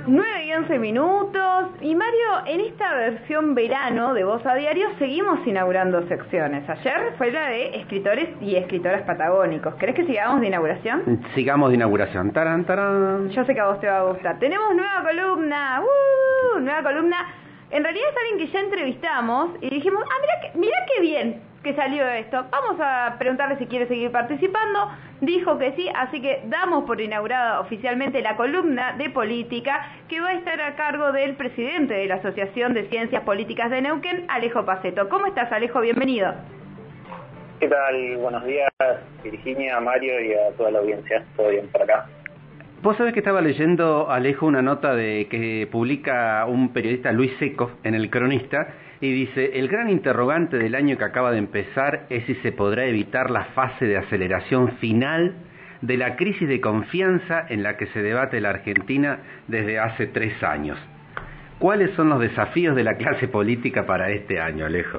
9:11. Y Mario, en esta versión verano de Voz a Diario seguimos inaugurando secciones. Ayer fue la de escritores y escritoras patagónicos. ¿Querés que sigamos de inauguración? Sigamos de inauguración. Tarán, tarán. Yo sé que a vos te va a gustar. Tenemos nueva columna. Nueva columna. En realidad es alguien que ya entrevistamos y dijimos, mirá qué bien que salió esto. Vamos a preguntarle si quiere seguir participando. Dijo que sí, así que damos por inaugurada oficialmente la columna de política que va a estar a cargo del presidente de la Asociación de Ciencias Políticas de Neuquén, Alejo Pacetto. ¿Cómo estás, Alejo? Bienvenido. ¿Qué tal? Buenos días, Virginia, Mario y a toda la audiencia. ¿Todo bien por acá? Vos sabés que estaba leyendo, Alejo, una nota que publica un periodista, Luis Seco, en El Cronista, y dice: el gran interrogante del año que acaba de empezar es si se podrá evitar la fase de aceleración final de la crisis de confianza en la que se debate la Argentina desde hace 3 años. ¿Cuáles son los desafíos de la clase política para este año, Alejo?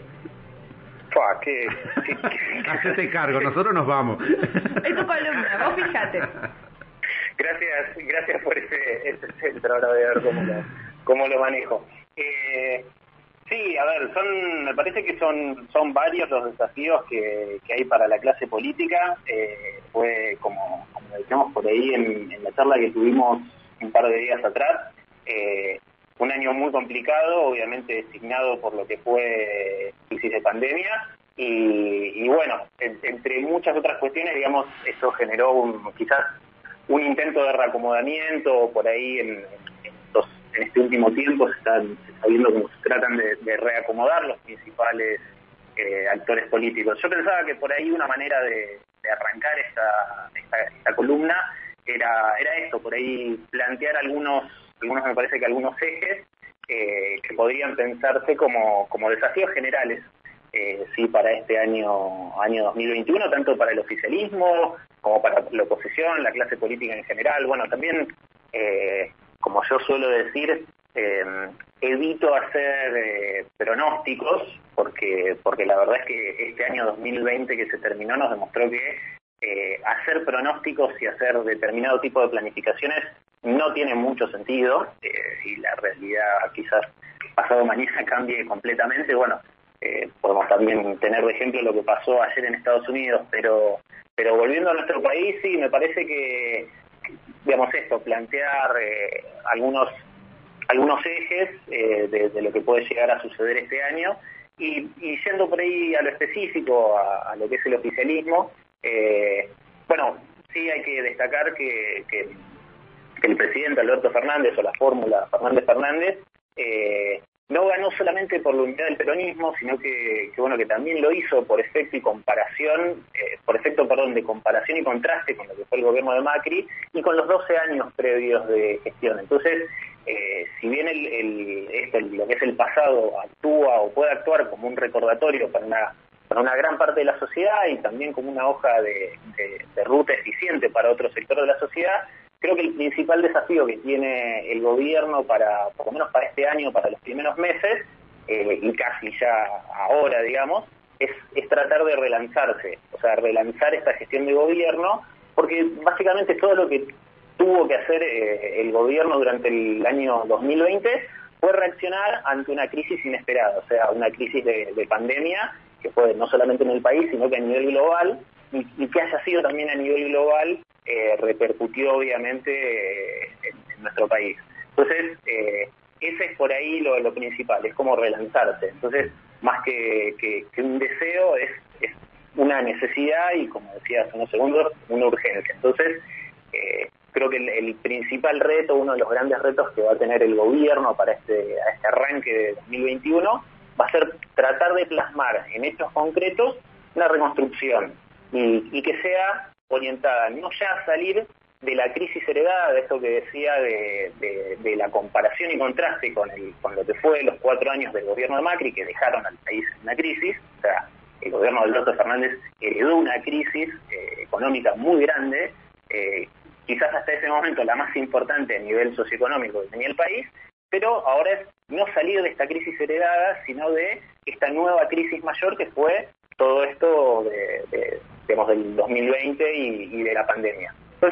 ¿Qué? Hacete cargo, nosotros nos vamos. Es tu columna, vos fijate. Gracias por ese centro, ahora voy a ver cómo lo manejo. Sí, a ver, me parece que son varios los desafíos que hay para la clase política. Fue como decíamos por ahí en la charla que tuvimos un par de días atrás, un año muy complicado, obviamente designado por lo que fue crisis de pandemia, y bueno, entre muchas otras cuestiones, digamos, eso generó quizás un intento de reacomodamiento. Por ahí en este último tiempo se está viendo cómo se tratan de reacomodar los principales actores políticos. Yo pensaba que por ahí una manera de arrancar esta columna era esto, por ahí plantear algunos me parece que algunos ejes que podrían pensarse como desafíos generales sí, para este año 2021, tanto para el oficialismo como para la oposición, la clase política en general. Bueno, también, como yo suelo decir, evito hacer pronósticos, porque la verdad es que este año 2020 que se terminó nos demostró que hacer pronósticos y hacer determinado tipo de planificaciones no tiene mucho sentido, y la realidad quizás pasado mañana cambie completamente. Bueno, podemos también tener de ejemplo lo que pasó ayer en Estados Unidos, pero volviendo a nuestro país, sí, me parece que digamos esto, plantear algunos ejes de lo que puede llegar a suceder este año, y yendo por ahí a lo específico, a lo que es el oficialismo. Bueno, sí hay que destacar que el presidente Alberto Fernández, o la fórmula Fernández, no ganó solamente por la unidad del peronismo, sino que también lo hizo por efecto de comparación y contraste con lo que fue el gobierno de Macri y con los 12 años previos de gestión. Entonces, si bien lo que es el pasado actúa o puede actuar como un recordatorio para una gran parte de la sociedad y también como una hoja de ruta eficiente para otro sector de la sociedad, creo que el principal desafío que tiene el gobierno por lo menos para este año, para los primeros meses, y casi ya ahora, digamos, es tratar de relanzarse, o sea, relanzar esta gestión de gobierno, porque básicamente todo lo que tuvo que hacer el gobierno durante el año 2020 fue reaccionar ante una crisis inesperada, o sea, una crisis de pandemia que fue no solamente en el país, sino que a nivel global, y que haya sido también a nivel global, repercutió obviamente en nuestro país. Entonces, ese es por ahí lo principal, es como relanzarse. Entonces, más que un deseo, es una necesidad y, como decía hace unos segundos, una urgencia. Entonces, creo que el principal reto, uno de los grandes retos que va a tener el gobierno para este arranque de 2021, va a ser tratar de plasmar en hechos concretos una reconstrucción y que sea orientada no ya a salir de la crisis heredada, de esto que decía de la comparación y contraste con lo que fue los 4 años del gobierno de Macri, que dejaron al país en una crisis. O sea, el gobierno de Alberto Fernández heredó una crisis económica muy grande, quizás hasta ese momento la más importante a nivel socioeconómico que tenía el país, pero ahora es no salir de esta crisis heredada, sino de esta nueva crisis mayor que fue todo esto del 2020 y de la pandemia. Entonces,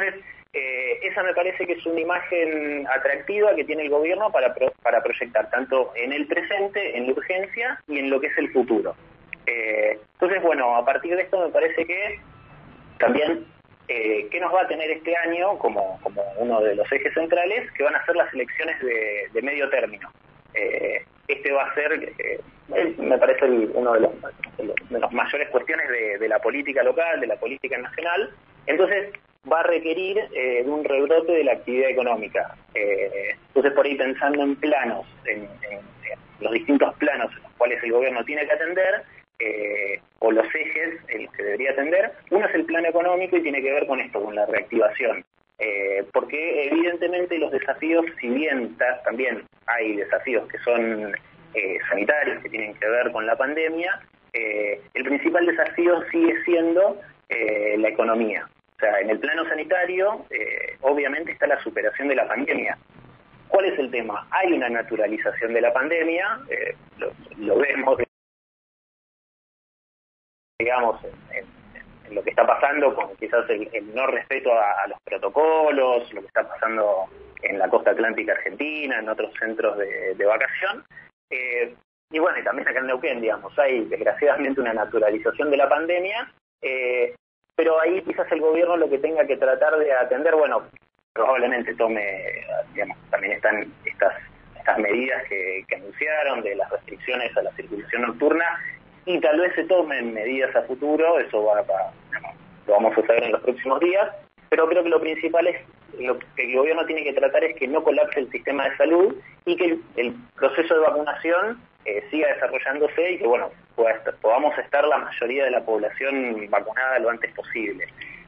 Esa me parece que es una imagen atractiva que tiene el gobierno para proyectar tanto en el presente, en la urgencia y en lo que es el futuro. Entonces, bueno, a partir de esto me parece que también ¿qué nos va a tener este año como uno de los ejes centrales? Que van a ser las elecciones de medio término. Este va a ser, me parece, uno de las mayores cuestiones de la política local, de la política nacional. Entonces va a requerir de un rebrote de la actividad económica. Entonces, por ahí pensando en planos, en los distintos planos en los cuales el gobierno tiene que atender, o los ejes en los que debería atender, uno es el plano económico y tiene que ver con esto, con la reactivación. Porque evidentemente los desafíos, si bien también hay desafíos que son sanitarios, que tienen que ver con la pandemia, el principal desafío sigue siendo la economía. O sea, en el plano sanitario, obviamente está la superación de la pandemia. ¿Cuál es el tema? Hay una naturalización de la pandemia, lo vemos, digamos, en lo que está pasando con quizás el no respeto a los protocolos, lo que está pasando en la costa atlántica argentina, en otros centros de vacación. Y bueno, y también acá en Neuquén, digamos, hay desgraciadamente una naturalización de la pandemia, pero ahí quizás el gobierno lo que tenga que tratar de atender, bueno, probablemente tome, digamos, también están estas medidas que anunciaron de las restricciones a la circulación nocturna, y tal vez se tomen medidas a futuro, eso lo vamos a saber en los próximos días, pero creo que lo principal es, lo que el gobierno tiene que tratar es que no colapse el sistema de salud y que el proceso de vacunación siga desarrollándose y que, bueno, podamos estar la mayoría de la población vacunada lo antes posible.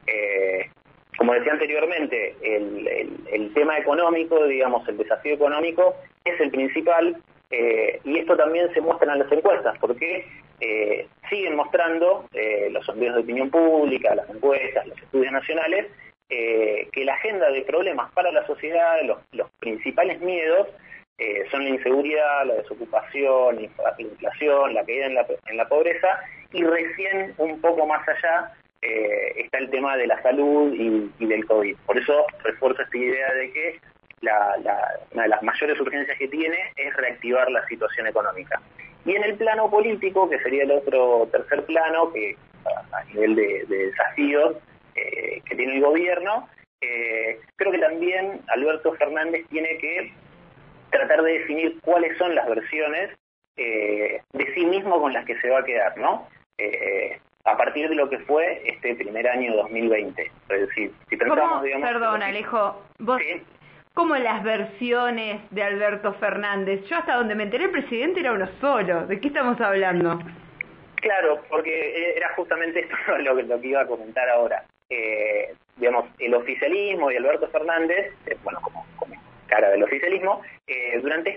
Como decía anteriormente, el tema económico, digamos, el desafío económico es el principal, y esto también se muestra en las encuestas, porque siguen mostrando los sondeos de opinión pública, las encuestas, los estudios nacionales, que la agenda de problemas para la sociedad, los principales miedos, son la inseguridad, la desocupación, la inflación, la caída en la pobreza, y recién un poco más allá está el tema de la salud y del COVID. Por eso refuerzo esta idea de que una de las mayores urgencias que tiene es reactivar la situación económica. Y en el plano político, que sería el otro tercer plano, que a nivel de desafíos que tiene el gobierno, creo que también Alberto Fernández tiene que tratar de definir cuáles son las versiones de sí mismo con las que se va a quedar, ¿no? A partir de lo que fue este primer año 2020. Es decir, si pensamos, digamos... Perdón, Alejo, vos... ¿Sí? ¿Cómo las versiones de Alberto Fernández? Yo hasta donde me enteré el presidente era uno solo. ¿De qué estamos hablando? Claro, porque era justamente esto lo que iba a comentar ahora. Digamos, el oficialismo y Alberto Fernández, bueno, como cara del oficialismo, durante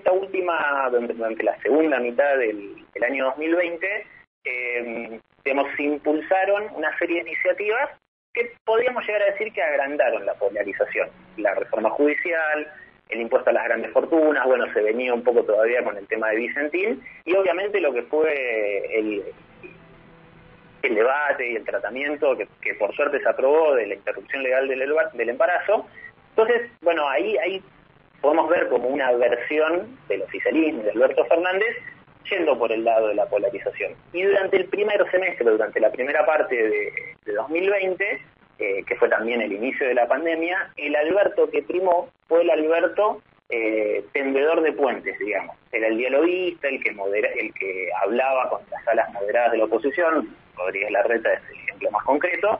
la segunda mitad del año 2020, digamos, se impulsaron una serie de iniciativas que podríamos llegar a decir que agrandaron la polarización. La reforma judicial, el impuesto a las grandes fortunas, bueno, se venía un poco todavía con el tema de Vicentín, y obviamente lo que fue el debate y el tratamiento que por suerte se aprobó de la interrupción legal del embarazo. Entonces, bueno, ahí podemos ver como una versión del oficialismo de Alberto Fernández yendo por el lado de la polarización. Y durante el primer semestre, durante la primera parte de 2020, que fue también el inicio de la pandemia, el Alberto que primó fue el Alberto tendedor de puentes, digamos. Era el dialoguista, el que hablaba con las alas moderadas de la oposición, Rodríguez Larreta es el ejemplo más concreto,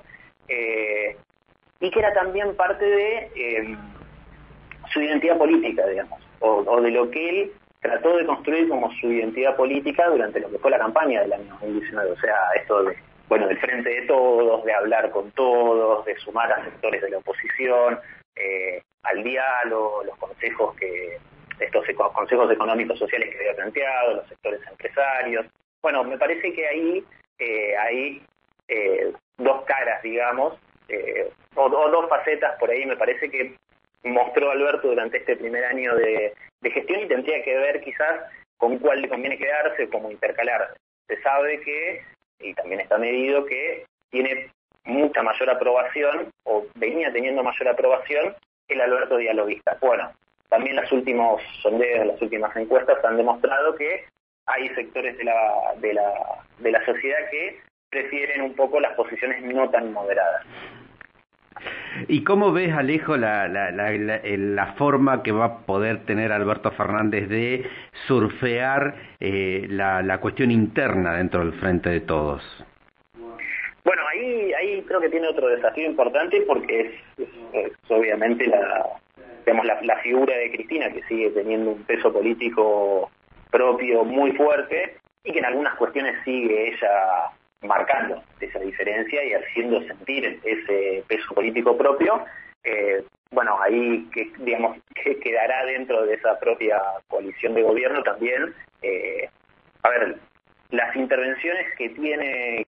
y que era también parte de su identidad política, digamos, o de lo que él trató de construir como su identidad política durante lo que fue la campaña del año 2019. O sea, esto del frente de todos, de hablar con todos, de sumar a sectores de la oposición, al diálogo, los consejos estos consejos económicos sociales que había planteado, los sectores empresarios. Bueno, me parece que ahí hay dos caras, digamos, o dos facetas por ahí, me parece que mostró Alberto durante este primer año de gestión, y tendría que ver quizás con cuál le conviene quedarse, cómo intercalar. Se sabe que, y también está medido, que tiene mucha mayor aprobación, o venía teniendo mayor aprobación, el Alberto dialoguista. Bueno, también los últimos sondeos, las últimas encuestas han demostrado que hay sectores de la sociedad que prefieren un poco las posiciones no tan moderadas. ¿Y cómo ves, Alejo, la forma que va a poder tener Alberto Fernández de surfear la cuestión interna dentro del Frente de Todos? Bueno, ahí creo que tiene otro desafío importante, porque es obviamente la figura de Cristina, que sigue teniendo un peso político propio muy fuerte y que en algunas cuestiones sigue ella marcando esa diferencia y haciendo sentir ese peso político propio. Bueno, ahí que quedará dentro de esa propia coalición de gobierno también. A ver, las intervenciones que tiene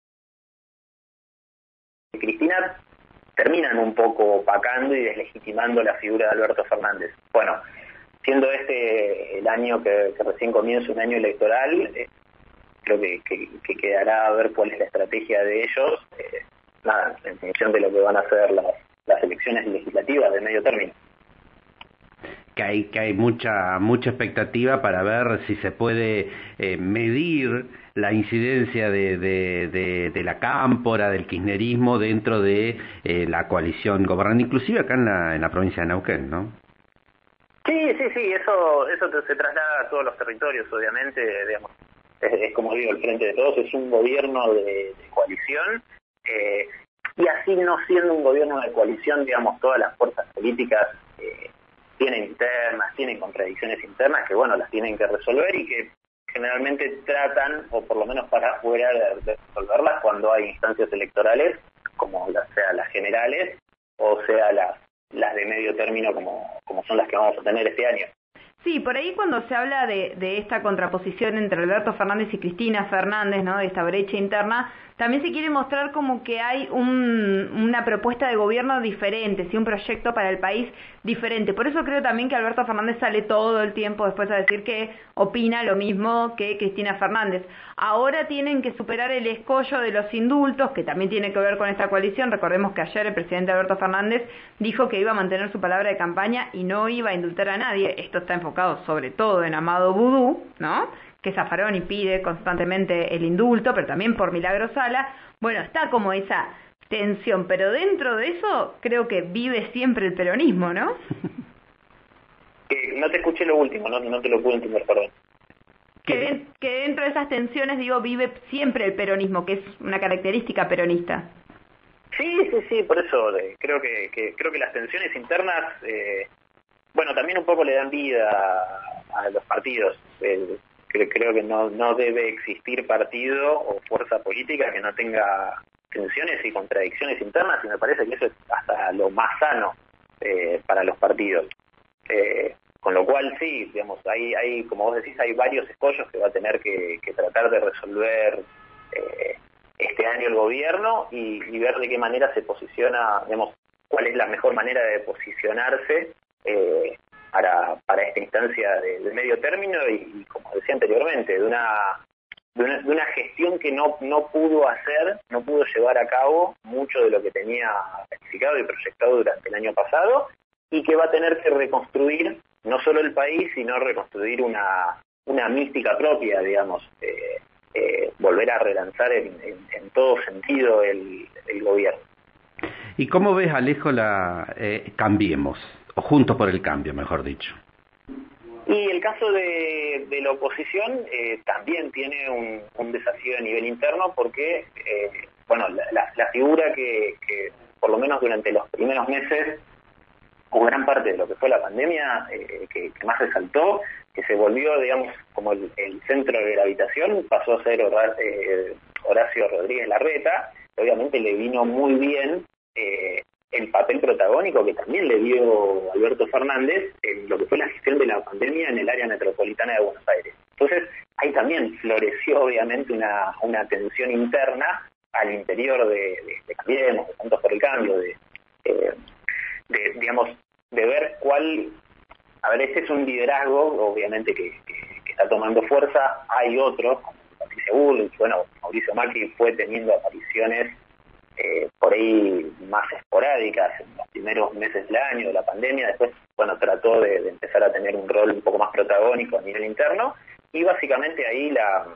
Cristina terminan un poco opacando y deslegitimando la figura de Alberto Fernández. Bueno, siendo este el año que recién comienza, un año electoral, creo que quedará a ver cuál es la estrategia de ellos, en función de lo que van a ser las elecciones legislativas de medio término. Que hay mucha expectativa para ver si se puede medir la incidencia de la cámpora, del kirchnerismo dentro de la coalición gobernante, inclusive acá en la provincia de Neuquén, ¿no? Sí, eso se traslada a todos los territorios, obviamente, digamos. Es como digo, el Frente de Todos es un gobierno de coalición, y así no siendo un gobierno de coalición, digamos, todas las fuerzas políticas tienen contradicciones internas que, bueno, las tienen que resolver y que generalmente tratan, o por lo menos para afuera, de resolverlas cuando hay instancias electorales, como sea las generales, o sea las de medio término, como son las que vamos a tener este año. Sí, por ahí cuando se habla de esta contraposición entre Alberto Fernández y Cristina Fernández, ¿no?, de esta brecha interna, también se quiere mostrar como que hay una propuesta de gobierno diferente, ¿sí?, un proyecto para el país diferente. Por eso creo también que Alberto Fernández sale todo el tiempo después a decir que opina lo mismo que Cristina Fernández. Ahora tienen que superar el escollo de los indultos, que también tiene que ver con esta coalición. Recordemos que ayer el presidente Alberto Fernández dijo que iba a mantener su palabra de campaña y no iba a indultar a nadie. Esto está enfocado sobre todo en Amado Vudú, ¿no?, que Zaffaroni pide constantemente el indulto, pero también por Milagro Sala. Bueno, está como esa tensión, pero dentro de eso creo que vive siempre el peronismo, ¿no? No te escuché lo último, no te lo pude entender, perdón. Que dentro de esas tensiones, digo, vive siempre el peronismo, que es una característica peronista. Sí, por eso creo que las tensiones internas, bueno, también un poco le dan vida a los partidos. Creo que no debe existir partido o fuerza política que no tenga tensiones y contradicciones internas, y me parece que eso es hasta lo más sano para los partidos. Con lo cual, sí, digamos, hay, como vos decís, hay varios escollos que va a tener que tratar de resolver este año el gobierno y ver de qué manera se posiciona, digamos, cuál es la mejor manera de posicionarse para esta instancia de medio término y, como decía anteriormente, de una gestión que no pudo llevar a cabo mucho de lo que tenía planificado y proyectado durante el año pasado, y que va a tener que reconstruir no solo el país, sino reconstruir una mística propia, digamos, volver a relanzar en todo sentido el gobierno. ¿Y cómo ves, Alejo, Cambiemos, o Juntos por el Cambio, mejor dicho? Y el caso de la oposición también tiene un desafío a nivel interno, porque bueno, la figura que por lo menos durante los primeros meses, o gran parte de lo que fue la pandemia, que más resaltó, que se volvió, digamos, como el centro de gravitación, pasó a ser Horacio Rodríguez Larreta. Obviamente le vino muy bien el papel protagónico que también le dio Alberto Fernández en lo que fue la gestión de la pandemia en el área metropolitana de Buenos Aires. Entonces, ahí también floreció obviamente una tensión interna al interior de Cambiemos, de Juntos por el Cambio, digamos, de ver cuál... A ver, este es un liderazgo, obviamente, que está tomando fuerza. Hay otros, como Patricia Bullrich, bueno, Mauricio Macri fue teniendo apariciones por ahí más esporádicas en los primeros meses del año de la pandemia. Después, bueno, trató de empezar a tener un rol un poco más protagónico a nivel interno, y básicamente ahí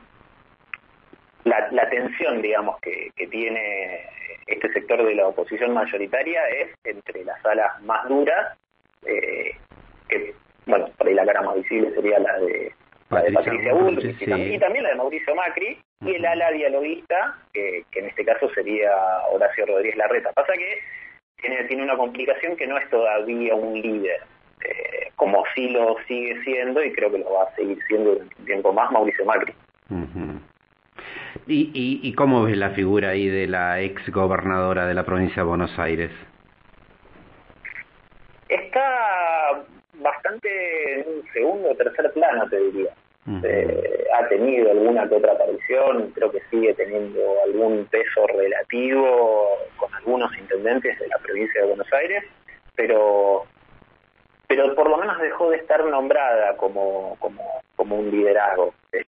la tensión, digamos, que tiene este sector de la oposición mayoritaria es entre las alas más duras, que, bueno, por ahí la cara más visible sería la de Patricia Bullrich, sí, y también la de Mauricio Macri, y el ala dialoguista, que en este caso sería Horacio Rodríguez Larreta. Pasa que tiene una complicación, que no es todavía un líder, como sí lo sigue siendo, y creo que lo va a seguir siendo durante un tiempo más, Mauricio Macri. Uh-huh. ¿Y cómo ves la figura ahí de la ex gobernadora de la provincia de Buenos Aires? Está bastante en un segundo o tercer plano, te diría. Uh-huh. Ha tenido alguna que otra aparición, creo que sigue teniendo algún peso relativo con algunos intendentes de la provincia de Buenos Aires, pero por lo menos dejó de estar nombrada como un liderazgo.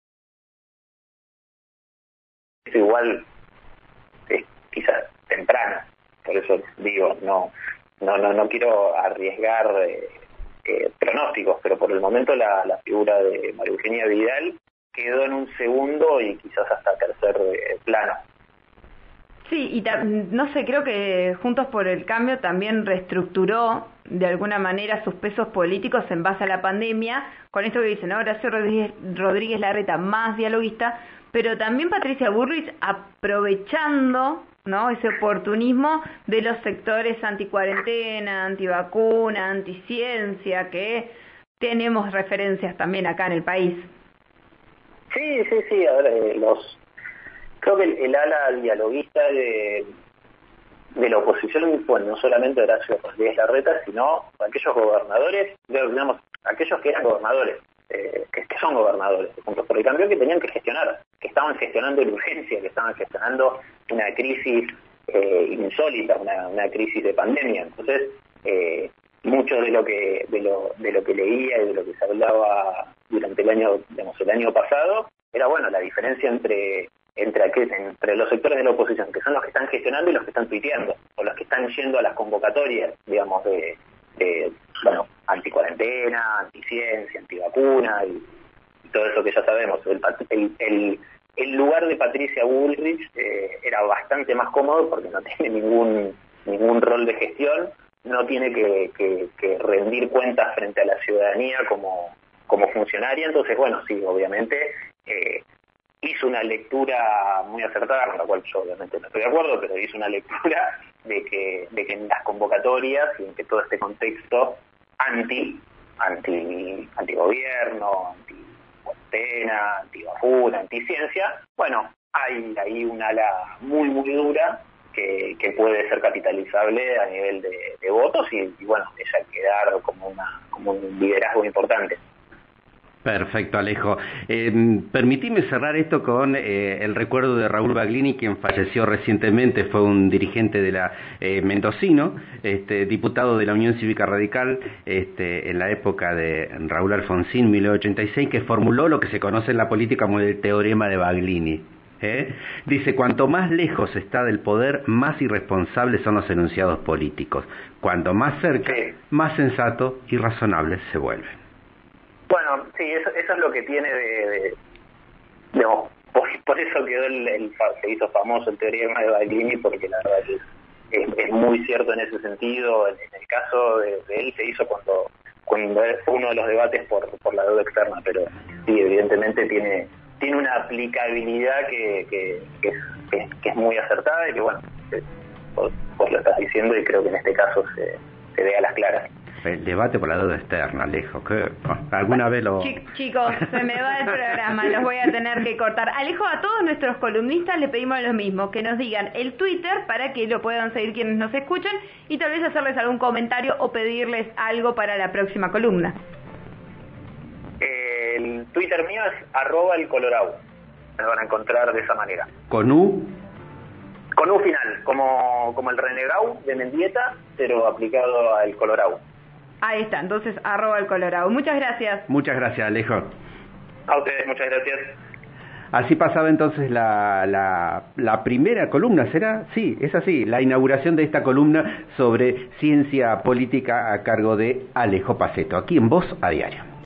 Esto igual es quizás temprano, por eso digo, no quiero arriesgar pronósticos, pero por el momento la figura de María Eugenia Vidal quedó en un segundo y quizás hasta tercer plano. Sí, y no sé, creo que Juntos por el Cambio también reestructuró de alguna manera sus pesos políticos en base a la pandemia, con esto que dicen, ¿no? Horacio Rodríguez Larreta más dialoguista, pero también Patricia Bullrich aprovechando, ¿no?, ese oportunismo de los sectores anticuarentena, antivacuna, anticiencia, que tenemos referencias también acá en el país. Sí, a ver, creo que el ala dialoguista de la oposición fue no solamente Horacio Rodríguez Larreta, sino aquellos gobernadores, digamos, aquellos que eran gobernadores, que son gobernadores de Juntos por el Cambio, que tenían que gestionar, que estaban gestionando la urgencia, que estaban gestionando una crisis insólita, una crisis de pandemia. Entonces, mucho de lo que leía y de lo que se hablaba durante el año pasado era, bueno, la diferencia entre los sectores de la oposición, que son los que están gestionando y los que están tuiteando, o los que están yendo a las convocatorias, digamos, de anticuarentena, anticiencia, antivacuna y todo eso que ya sabemos. El lugar de Patricia Bullrich era bastante más cómodo porque no tiene ningún rol de gestión, no tiene que rendir cuentas frente a la ciudadanía como funcionaria. Entonces, bueno, sí, obviamente hizo una lectura muy acertada, con la cual yo obviamente no estoy de acuerdo, pero hizo una lectura de que en las convocatorias y en que todo este contexto antigobierno, anticuarentena, antivacuna, anticiencia, bueno, hay ahí un ala muy muy dura que puede ser capitalizable a nivel de votos y bueno, ella quedar como un liderazgo importante. Perfecto, Alejo. Permitime cerrar esto con el recuerdo de Raúl Baglini, quien falleció recientemente. Fue un dirigente de la mendocino, diputado de la Unión Cívica Radical en la época de Raúl Alfonsín, 1986, que formuló lo que se conoce en la política como el teorema de Baglini. Dice, cuanto más lejos está del poder, más irresponsables son los enunciados políticos. Cuanto más cerca, más sensato y razonable se vuelven. Bueno, sí, eso es lo que tiene digamos, por eso quedó se hizo famoso el teorema de Baglini, porque la verdad que es muy cierto en ese sentido. En el caso de él se hizo cuando fue uno de los debates por la deuda externa, pero sí, evidentemente tiene una aplicabilidad que es muy acertada y que, bueno, vos lo estás diciendo y creo que en este caso se ve a las claras. El debate por la deuda externa, Alejo, que alguna vez lo... Chicos, se me va el programa, los voy a tener que cortar. Alejo, a todos nuestros columnistas le pedimos lo mismo, que nos digan el Twitter para que lo puedan seguir quienes nos escuchan y tal vez hacerles algún comentario o pedirles algo para la próxima columna. El Twitter mío es @elcolorau. Me van a encontrar de esa manera. ¿Con U? Con U final, como el Renegrau de Mendieta, pero aplicado al Colorau. Ahí está, entonces @elcolorau. Muchas gracias. Muchas gracias, Alejo. A ustedes, muchas gracias. Así pasaba entonces la primera columna, ¿será? Sí, es así, la inauguración de esta columna sobre ciencia política a cargo de Alejo Paceto, aquí en Voz a Diario.